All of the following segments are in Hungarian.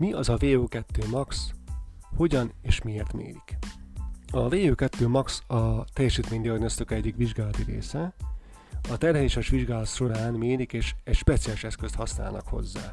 Mi az a VO2 max, hogyan és miért mérik? A VO2 max a teljesítménydiagnosztika egyik vizsgálati része. A terheléses vizsgálat során mérik és egy speciális eszközt használnak hozzá.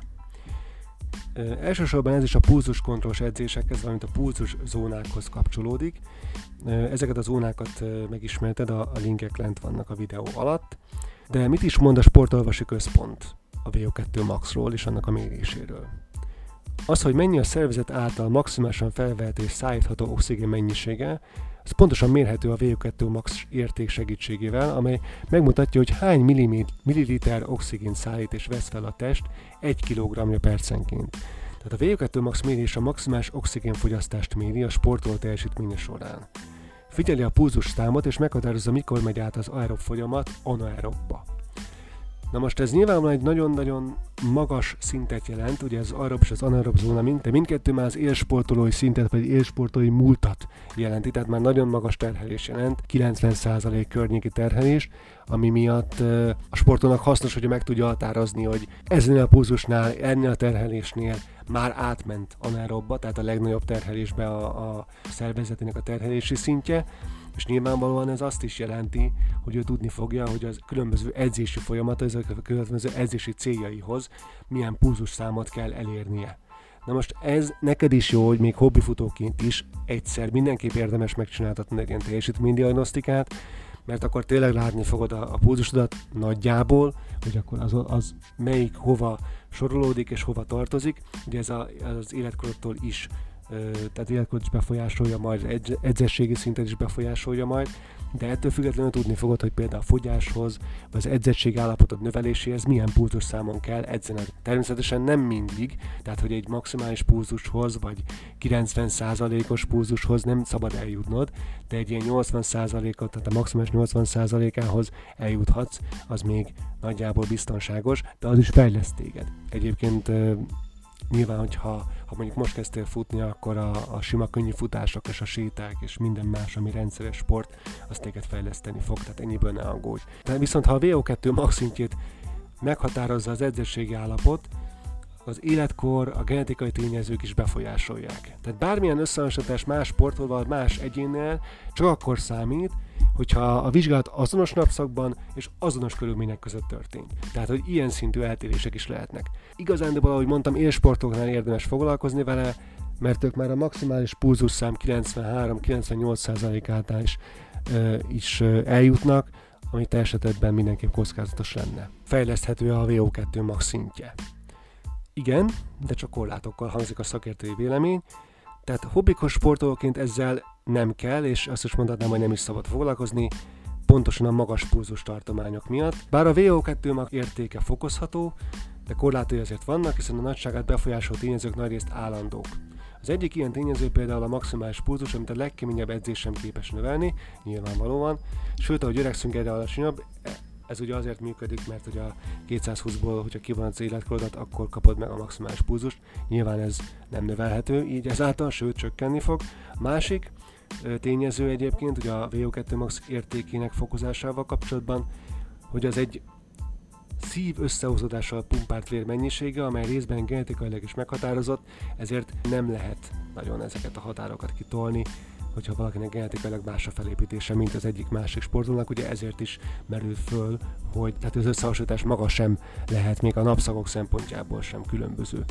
Elsősorban ez is a pulzuskontrollos edzésekhez, valamint a pulzus zónákhoz kapcsolódik. Ezeket a zónákat megismerted, a linkek lent vannak a videó alatt. De mit is mond a sportorvosi központ a VO2 maxról és annak a méréséről? Az, hogy mennyi a szervezet által maximálisan felvett és szállítható oxigén mennyisége, az pontosan mérhető a VO2 max érték segítségével, amely megmutatja, hogy hány milliliter oxigént szállít és vesz fel a test 1 kg percenként. Tehát a VO2 max mérés a maximális oxigénfogyasztást méri a sportoló teljesítménye során. Figyeli a pulzus számot és meghatározza, mikor megy át az aerob folyamat anaerobba. Na most ez nyilvánvalóan egy nagyon-nagyon magas szintet jelent, ugye az aerob és az anaerob zóna, de mindkettő már az élsportolói szintet vagy élsportolói múltat jelenti, tehát már nagyon magas terhelés jelent, 90% környéki terhelés, ami miatt a sportolónak hasznos, hogyha meg tudja határozni, hogy ezen a pulzusnál, ennél a terhelésnél már átment anaerobba, tehát a legnagyobb terhelésbe a szervezetének a terhelési szintje, és nyilvánvalóan ez azt is jelenti, hogy ő tudni fogja, hogy az különböző edzési folyamata, ezek a különböző edzési céljaihoz milyen pulzusszámot kell elérnie. Na most ez neked is jó, hogy még hobbifutóként is egyszer mindenképp érdemes megcsináltatni egy ilyen teljesítménydiagnosztikát, mert akkor tényleg látni fogod a pulzusodat nagyjából, hogy akkor az melyik hova sorolódik és hova tartozik. Ugye ez az életkorodtól is, tehát életkort is befolyásolja majd, edzettségi szintet is befolyásolja majd, de ettől függetlenül tudni fogod, hogy például a fogyáshoz, vagy az edzettség állapotod növeléséhez milyen pulzusszámon kell edzened. Természetesen nem mindig, tehát hogy egy maximális pulzushoz, vagy 90%-os pulzushoz nem szabad eljutnod, de egy ilyen 80%-ot, tehát a maximális 80%-ához eljuthatsz, az még nagyjából biztonságos, de az is fejleszt téged. Egyébként nyilván, hogyha mondjuk most kezdtél futni, akkor a sima könnyű futások és a séták és minden más, ami rendszeres sport, az téged fejleszteni fog, tehát ennyiből ne aggódj. De viszont ha a VO2 max szintjét meghatározza az edzettségi állapot, az életkor, a genetikai tényezők is befolyásolják. Tehát bármilyen összehasonlítás más sportolóval, más egyénnél csak akkor számít, hogyha a vizsgálat azonos napszakban és azonos körülmények között történt. Tehát, hogy ilyen szintű eltérések is lehetnek. Igazándiból, ahogy mondtam, élsportoknál érdemes foglalkozni vele, mert ők már a maximális pulzusszám 93-98%-átál is eljutnak, ami te esetedben mindenképp kockázatos lenne. Fejleszthető a VO2 max szintje. Igen, de csak korlátokkal hangzik a szakértői vélemény, tehát hobbikos sportolóként ezzel nem kell, és azt is mondhatnám, hogy nem is szabad foglalkozni, pontosan a magas pulzus tartományok miatt. Bár a VO2 max értéke fokozható, de korlátai azért vannak, hiszen a nagyságát befolyásoló tényezők nagyrészt állandók. Az egyik ilyen tényező például a maximális pulzus, amit a legkeményebb edzés sem képes növelni, nyilvánvalóan, sőt, ahogy öregszünk, egyre alacsonyabb. Ez ugye azért működik, mert hogy a 220-ból, hogyha kivonod az életkorodat, akkor kapod meg a maximális pulzust. Nyilván ez nem növelhető, így ezáltal, sőt csökkenni fog. A másik tényező egyébként, ugye a VO2 max értékének fokozásával kapcsolatban, hogy az egy szív összehúzódással pumpált vér mennyisége, amely részben genetikailag is meghatározott, ezért nem lehet nagyon ezeket a határokat kitolni, hogyha valakinek genetikailag más a felépítése, mint az egyik másik sportolónak, ugye ezért is merül föl, hogy tehát az összehasonlítás maga sem lehet még a napszakok szempontjából sem különböző.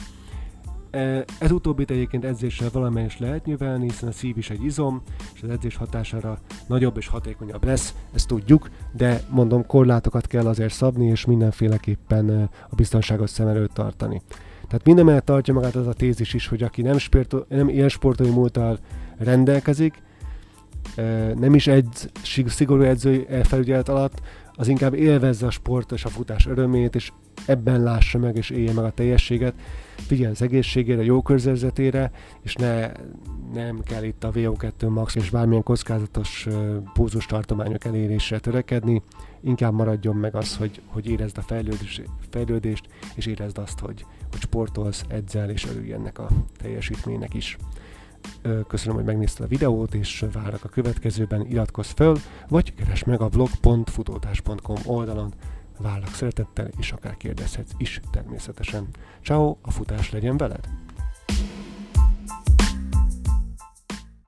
Ez utóbbit egyébként edzéssel valamelyest lehet növelni, hiszen a szív is egy izom, és az edzés hatására nagyobb és hatékonyabb lesz, ezt tudjuk, de mondom, korlátokat kell azért szabni, és mindenféleképpen a biztonságot szem előtt tartani. Tehát mindemellett tartja magát az a tézis is, hogy aki nem élsportolói múlttal rendelkezik, nem is egy szigorú edzői felügyelet alatt, az inkább élvezze a sport és a futás örömét, és ebben lássa meg és élje meg a teljességet, figyelj az egészségére, jó környezetére, és nem kell itt a VO2 max és bármilyen kockázatos pulzustartományok elérésre törekedni, inkább maradjon meg az, hogy érezd a fejlődést, és érezd azt, hogy sportolsz, edzel, és örülj ennek a teljesítménynek is. Köszönöm, hogy megnézted a videót, és várok a következőben, iratkozz föl, vagy keresd meg a blog.futótás.com oldalon. Várlak szeretettel, és akár kérdezhetsz is természetesen. Ciao, a futás legyen veled!